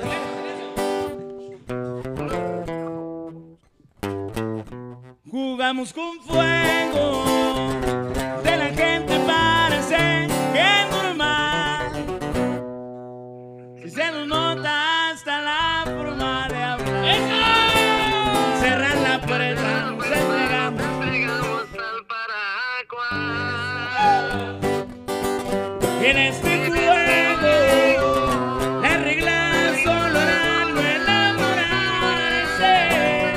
Jugamos con fuego, de la gente parece que es normal. Si se nos nota hasta la forma de hablar. Cerrar la puerta, nos entregamos al paraguas. Y en este juego, la regla solo era no enamorarse.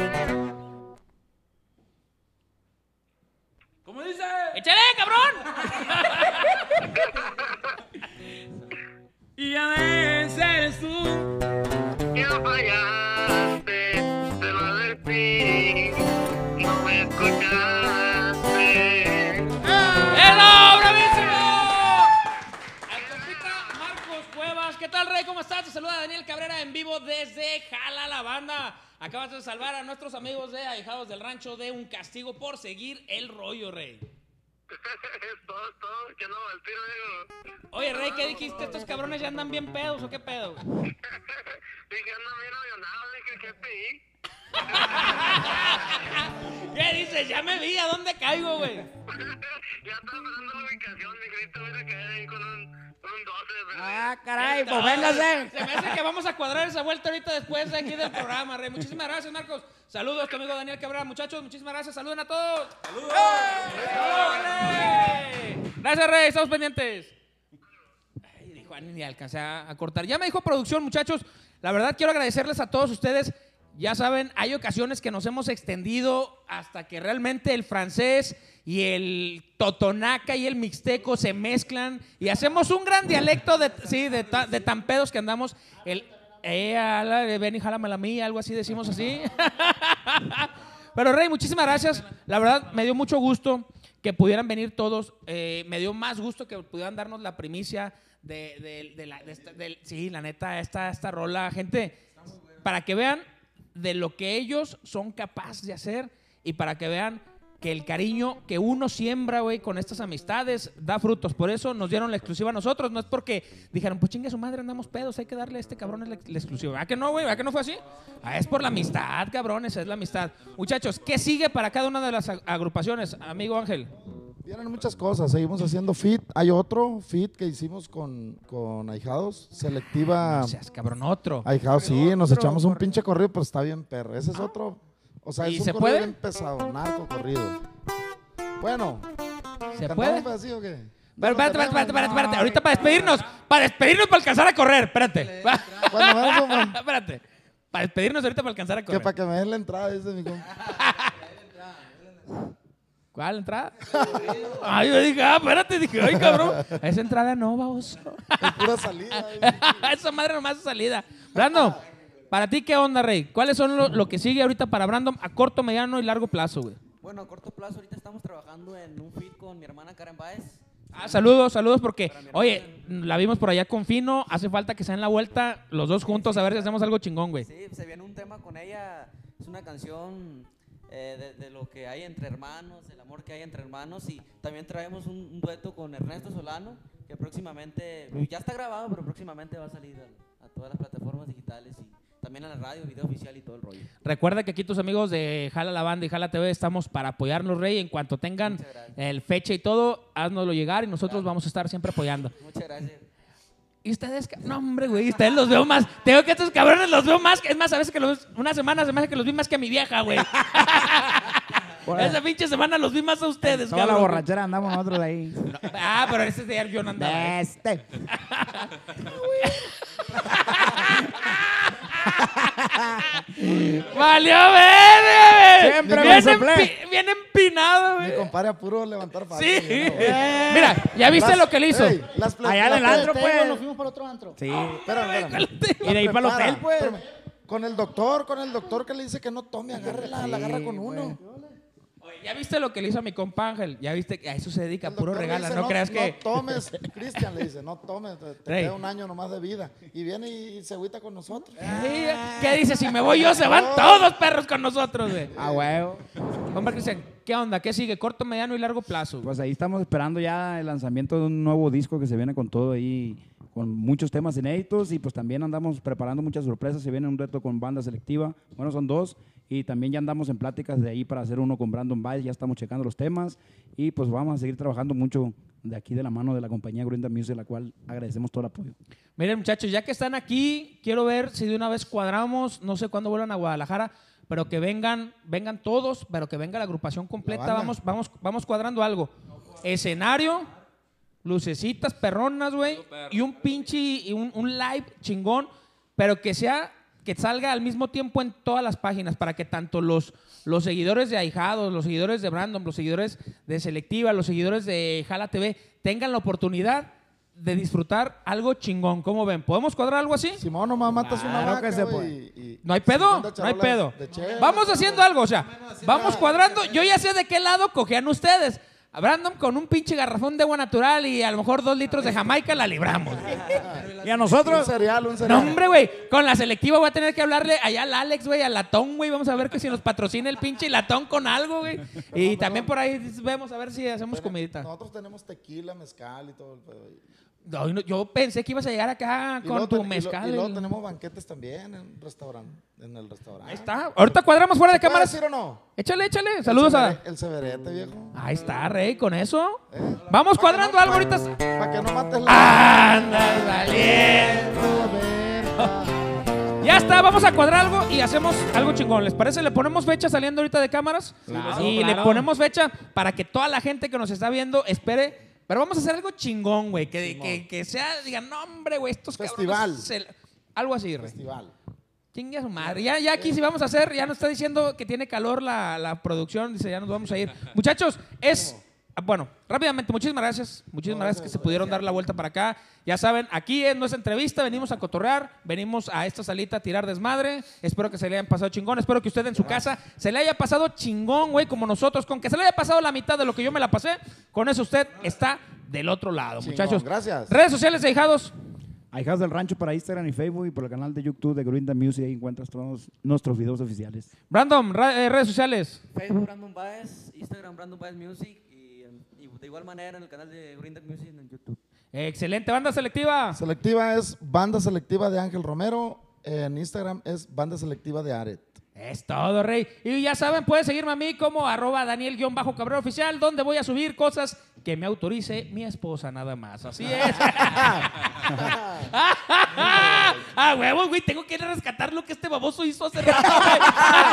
¿Cómo dice? ¡Échale, cabrón! Y a veces eres tú. Ya fallaste, te lo advertí, no me escuchaste. ¡Eso, bravísimo! Al compita Marcos Cuevas. ¿Qué tal, Rey? ¿Cómo estás? Te saluda Daniel Cabrera en vivo desde Jala la Banda. Acabas de salvar a nuestros amigos de Ahijados del Rancho de un castigo por seguir el rollo, Rey. todo, que no va al tiro, digo. Oye, Rey, ¿qué dijiste? ¿Estos cabrones ya andan bien pedos o qué pedo? Dije, ando bien avionado, dije, ¿qué pedí? ¿Qué dices? Ya me vi, ¿a dónde caigo, güey? Ya estaba pasando la ubicación, mi grito, me quedé ahí con un 12. Pero Caray, pues véngase. Se me hace que vamos a cuadrar esa vuelta ahorita después de aquí del programa, Rey. Muchísimas gracias, Marcos. Saludos a tu amigo Daniel Cabrera, muchachos. Muchísimas gracias. Saluden a todos. ¡Saludos! Gracias, Rey. Estamos pendientes. Ay, dijo Ani, ni alcancé a cortar. Ya me dijo producción, muchachos. La verdad, quiero agradecerles a todos ustedes. Ya saben, hay ocasiones que nos hemos extendido hasta que realmente el francés y el totonaca y el mixteco se mezclan y hacemos un gran dialecto de tan pedos que andamos. Ven y jálame la mía, algo así, decimos así. Pero Rey, muchísimas gracias. La verdad, me dio mucho gusto que pudieran venir todos. Me dio más gusto que pudieran darnos la primicia sí, la neta, esta rola, gente, para que vean de lo que ellos son capaces de hacer y para que vean que el cariño que uno siembra, güey, con estas amistades da frutos. Por eso nos dieron la exclusiva a nosotros. No es porque dijeron, pues chingue su madre, andamos pedos, hay que darle a este cabrón la exclusiva. ¿Verdad que no, güey? ¿Verdad que no fue así? Es por la amistad, cabrones, es la amistad. Muchachos, ¿qué sigue para cada una de las agrupaciones, amigo Ángel? Vienen muchas cosas, seguimos haciendo fit. Hay otro fit que hicimos con Ahijados, selectiva. No seas cabrón, otro. Ahijados, sí, nos echamos un pinche corrido, pero está bien perro. Ese es otro. O sea, ¿Y es un se corrido puede? bien pesado, narco corrido. Bueno, ¿Se ¿cantamos puede? un pedacito o qué? Pero espérate. Ahorita para despedirnos, para alcanzar a correr, espérate. Bueno, Espérate. Para despedirnos ahorita para alcanzar a que correr. para que me den la entrada, dice mi compa. ¿Cuál entrada? Ay, yo dije, espérate, dije, ay, cabrón. Esa entrada no, baboso. Es pura salida. Esa madre nomás es salida. Brandon, para ti, ¿qué onda, Rey? ¿Cuáles son lo que sigue ahorita para Brandon a corto, mediano y largo plazo, güey? Bueno, a corto plazo ahorita estamos trabajando en un feat con mi hermana Karen Baez. Saludos porque, oye, la vimos por allá con Fino, hace falta que se den la vuelta los dos juntos a ver si hacemos algo chingón, güey. Sí, se viene un tema con ella, es una canción de lo que hay entre hermanos, el amor que hay entre hermanos, y también traemos un dueto con Ernesto Solano, que próximamente, ya está grabado, pero próximamente va a salir a todas las plataformas digitales y también a la radio, video oficial y todo el rollo. Recuerda que aquí tus amigos de Jala la Banda y Jala TV estamos para apoyarnos, Rey. En cuanto tengan el fecha y todo, haznoslo llegar y nosotros vamos a estar siempre apoyando. Muchas gracias. Y ustedes, no hombre, güey, ustedes los veo más. Tengo que estos cabrones los veo más. Es más, a veces que una semana se me hace que los vi más que a mi vieja, güey. Esa pinche semana los vi más a ustedes, Toda la cabrón. borrachera andamos nosotros de ahí. Pero ese día yo no andaba. ¡Valió verga! Siempre me soplé. Bien empinado, Mi güey. compadre a puro levantar fácil. Sí. ¿no? Mira, ¿ya viste lo que le hizo? Ey, Allá en el antro, pues. Nos fuimos para otro antro. Sí. Espérame. Y de ahí para el hotel, pues. Espérame. Con el doctor que le dice que no tome, agárrela, la agarra con uno. Oye, ¿ya viste lo que le hizo a mi compa Ángel? ¿Ya viste que a eso se dedica? El Puro doctor le regala, dice, no creas que... No tomes, Cristian le dice, no tomes, te Rey. queda un año nomás de vida. Y viene y se agüita con nosotros. ¿Qué dice? Si me voy yo, se van todos perros con nosotros, güey. Ah, huevo. Compa Cristian, ¿qué onda? ¿Qué sigue? ¿Corto, mediano y largo plazo? Pues ahí estamos esperando ya el lanzamiento de un nuevo disco que se viene con todo ahí, con muchos temas inéditos y pues también andamos preparando muchas sorpresas. Se viene un reto con banda selectiva, bueno, son dos, y también ya andamos en pláticas de ahí para hacer uno con Brandon Baez, ya estamos checando los temas y pues vamos a seguir trabajando mucho de aquí de la mano de la compañía Green Day Music, la cual agradecemos todo el apoyo. Miren, muchachos, ya que están aquí, quiero ver si de una vez cuadramos, no sé cuándo vuelvan a Guadalajara, pero que vengan todos, pero que venga la agrupación completa, La banda. vamos cuadrando algo. Escenario, lucecitas perronas, güey, y un pinche, y un live chingón, pero que salga al mismo tiempo en todas las páginas, para que tanto los seguidores de Ahijados, los seguidores de Brandon, los seguidores de Selectiva, los seguidores de Jala TV, tengan la oportunidad de disfrutar algo chingón. ¿Cómo ven? ¿Podemos cuadrar algo así? Simón, nomás matas una Claro vaca, que se güey, puede. y No hay pedo, 50 no hay charolas pedo. de chela. Vamos haciendo algo, o sea, vamos cuadrando. Yo ya sé de qué lado cojean ustedes. A Brandon con un pinche garrafón de agua natural y a lo mejor 2 litros de Jamaica la libramos. Y a nosotros, Un cereal. No, hombre, güey, con la selectiva voy a tener que hablarle allá al Alex, güey, al Latón, güey. Vamos a ver que si nos patrocina el pinche Latón con algo, güey. Y también por ahí vemos a ver si hacemos comidita. Nosotros tenemos tequila, mezcal y todo el pedo. No, yo pensé que ibas a llegar acá Y con luego tu ten- y lo- mezcal. Y luego tenemos banquetes también en el restaurante. Ahí está. Ahorita cuadramos fuera de ¿Se puede cámaras. decir o no? Échale. Saludos a... El severete, viejo. Ahí está, Rey, con eso. Vamos cuadrando algo ahorita. Para que no mates la... Andas valiendo. Ya está, vamos a cuadrar algo y hacemos algo chingón. ¿Les parece? Le ponemos fecha saliendo ahorita de cámaras. Y le ponemos fecha para que toda la gente que nos está viendo espere. Pero vamos a hacer algo chingón, güey. Que sea, digan, no, hombre, güey, estos Festival. cabrones algo así, Rey. Festival. Chingue a su madre. Ya aquí sí vamos a hacer, ya nos está diciendo que tiene calor la producción. Dice, ya nos vamos a ir. Muchachos, Bueno, rápidamente, muchísimas gracias. Muchísimas gracias que se pudieron dar la vuelta para acá. Ya saben, aquí es nuestra entrevista, venimos a cotorrear, venimos a esta salita a tirar desmadre. Espero que se le hayan pasado chingón. Espero que usted en su casa se le haya pasado chingón, güey, como nosotros. Con que se le haya pasado la mitad de lo que yo me la pasé, con eso usted está del otro lado, Chingón, muchachos. gracias. Redes sociales de Ahijados. Ahijados del Rancho para Instagram y Facebook y por el canal de YouTube de Green Music. Ahí encuentras todos nuestros videos oficiales. Brandon, redes sociales. Facebook Brandon Baez, Instagram Brandon Baez Music y de igual manera en el canal de Green Music en YouTube. Excelente. Banda selectiva. Selectiva es Banda Selectiva de Ángel Romero. En Instagram es Banda Selectiva de Aret. Es todo, Rey. Y ya saben, pueden seguirme a mí como @Daniel_Cabrera Oficial, donde voy a subir cosas que me autorice mi esposa nada más. Así es. Ah, huevo, güey, tengo que rescatar lo que este baboso hizo hace rato, güey.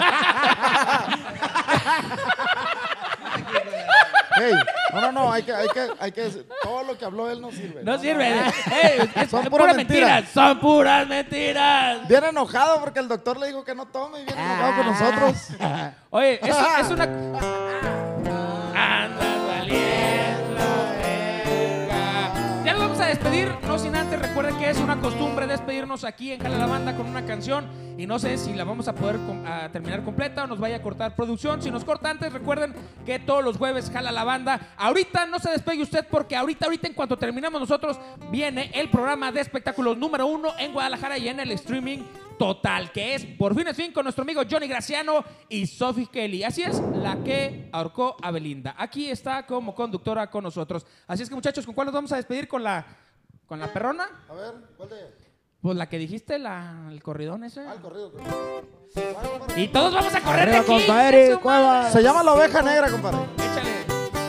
Hey, no, hay que decir, todo lo que habló él no sirve. No sirve. Son Es puras pura mentiras. mentiras. Son puras mentiras. Viene enojado porque el doctor le dijo que no tome y viene enojado con nosotros. Oye, es una... Andas valiendo, verga. Ya nos vamos a despedir, no sin antes recuerden que es una costumbre despedirnos aquí en Jala la Banda con una canción y no sé si la vamos a poder terminar completa o nos vaya a cortar producción. Si nos corta antes, recuerden que todos los jueves Jala la Banda. Ahorita no se despegue usted porque ahorita en cuanto terminamos nosotros viene el programa de espectáculos número 1 en Guadalajara y en el streaming total, que es Por Fin es Fin con nuestro amigo Johnny Graciano y Sophie Kelly. Así es, la que ahorcó a Belinda. Aquí está como conductora con nosotros. Así es que, muchachos, ¿con cuál nos vamos a despedir? ¿Con la perrona? A ver, ¿cuál de? Pues la que dijiste, el corridón ese. Ah, el corrido. Y todos vamos a correr de Arriba, aquí. compadre, Eso, Cuevas. Se llama La Oveja Negra, compadre. Échale.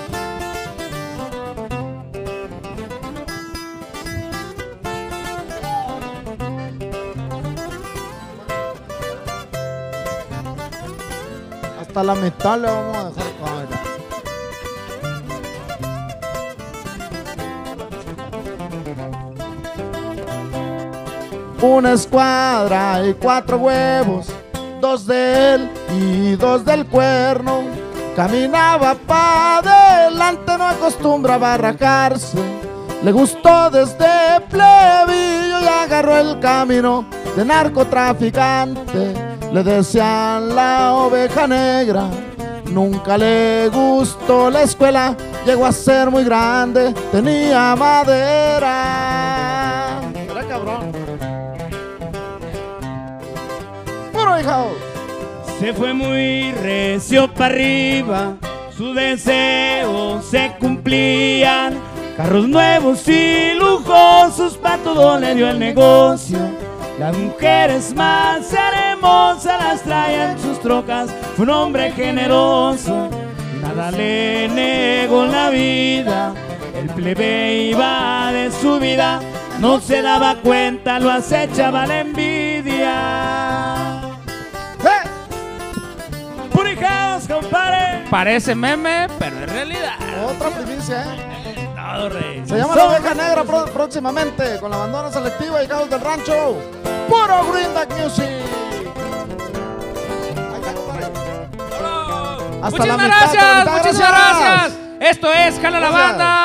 Hasta la mitad le vamos a dejar caer. Una escuadra y 4 huevos, 2 de él y 2 del cuerno. Caminaba pa' adelante, no acostumbraba a rajarse. Le gustó desde plebillo y agarró el camino de narcotraficante. Le decían la oveja negra, nunca le gustó la escuela. Llegó a ser muy grande, tenía madera. Era cabrón. Puro hijao. Se fue muy recio para arriba, sus deseos se cumplían. Carros nuevos y lujosos, pa' todo le dio el negocio. Las mujeres más hermosas las traía en sus trocas. Fue un hombre generoso, nada le negó en la vida. El plebe iba de su vida, no se daba cuenta, lo acechaba la envidia. ¡Puricaos, compadre! Parece meme, pero es realidad. Otra primicia, Todo, Rey. Se llama La Oveja Negra próximamente con la bandona selectiva y Hijados del Rancho. Puro Green Music. Ahí está, compadre. Hasta la Muchísimas mitad, gracias. Esto es Jala la Banda.